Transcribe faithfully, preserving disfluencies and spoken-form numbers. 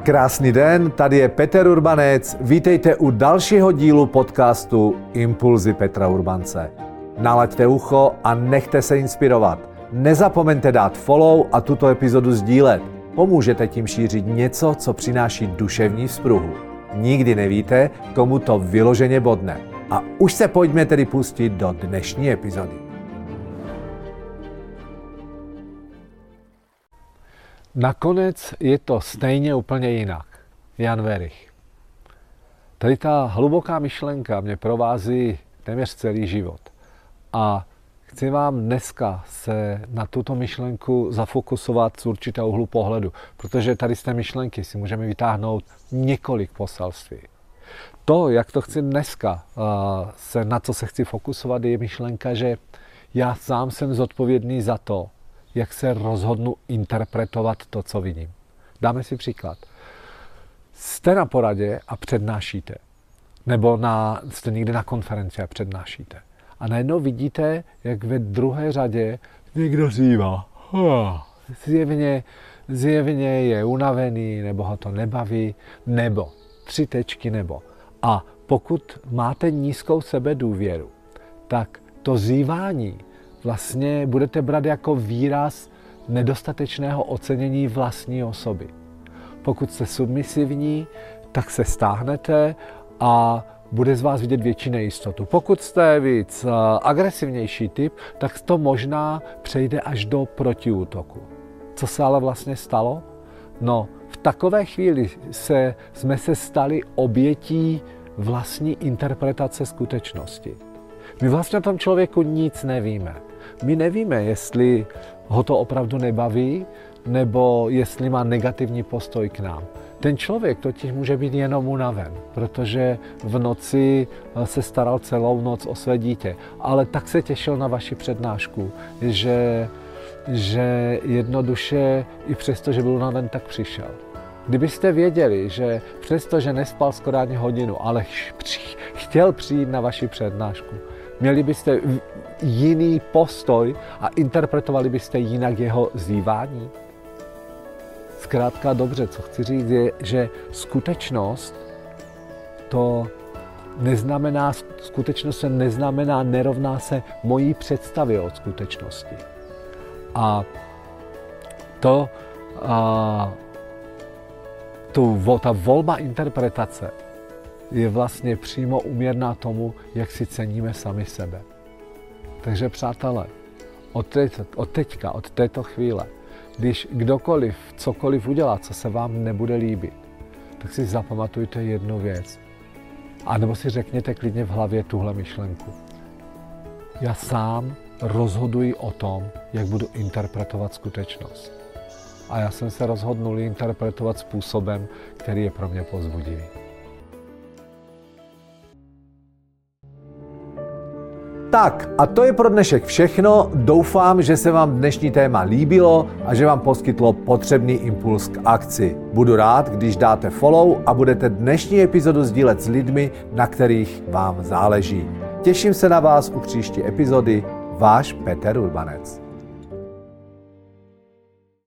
Krásný den, tady je Petr Urbanec. Vítejte u dalšího dílu podcastu Impulzy Petra Urbance. Nalaďte ucho a nechte se inspirovat. Nezapomeňte dát follow a tuto epizodu sdílet. Pomůžete tím šířit něco, co přináší duševní vzpruhu. Nikdy nevíte, komu to vyloženě bodne. A už se pojďme tedy pustit do dnešní epizody. Nakonec je to stejně úplně jinak. Jan Werich. Tady ta hluboká myšlenka mě provází téměř celý život. A chci vám dneska se na tuto myšlenku zafokusovat z určitého úhlu pohledu, protože tady z té myšlenky si můžeme vytáhnout několik poselství. To, jak to chci dneska, se, na co se chci fokusovat, je myšlenka, že já sám jsem zodpovědný za to, jak se rozhodnu interpretovat to, co vidím. Dáme si příklad. Jste na poradě a přednášíte. Nebo na, jste někde na konferenci a přednášíte. A najednou vidíte, jak ve druhé řadě někdo zívá. Zjevně, zjevně je unavený, nebo ho to nebaví, nebo tři tečky nebo. A pokud máte nízkou sebedůvěru, tak to zívání vlastně budete brát jako výraz nedostatečného ocenění vlastní osoby. Pokud jste submisivní, tak se stáhnete a bude z vás vidět větší nejistotu. Pokud jste víc agresivnější typ, tak to možná přejde až do protiútoku. Co se ale vlastně stalo? No, v takové chvíli se, jsme se stali obětí vlastní interpretace skutečnosti. My vlastně o tom člověku nic nevíme. My nevíme, jestli ho to opravdu nebaví, nebo jestli má negativní postoj k nám. Ten člověk totiž může být jenom unaven, protože v noci se staral celou noc o své dítě, ale tak se těšil na vaši přednášku, že, že jednoduše i přesto, že byl unaven, tak přišel. Kdybyste věděli, že přesto, že nespal skoro ani hodinu, ale chtěl přijít na vaši přednášku, měli byste jiný postoj a interpretovali byste jinak jeho zívání? Zkrátka dobře, co chci říct je, že skutečnost to neznamená, skutečnost se neznamená, nerovná se mojí představě od skutečnosti. A to, a, to ta volba interpretace je vlastně přímo úměrná tomu, jak si ceníme sami sebe. Takže přátelé, od, teď, od teďka, od této chvíle, když kdokoliv, cokoliv udělá, co se vám nebude líbit, tak si zapamatujte jednu věc. A nebo si řekněte klidně v hlavě tuhle myšlenku. Já sám rozhoduji o tom, jak budu interpretovat skutečnost. A já jsem se rozhodnul interpretovat způsobem, který je pro mě povzbudivý. Tak a to je pro dnešek všechno. Doufám, že se vám dnešní téma líbilo a že vám poskytlo potřebný impuls k akci. Budu rád, když dáte follow a budete dnešní epizodu sdílet s lidmi, na kterých vám záleží. Těším se na vás u příští epizody. Váš Petr Urbanec.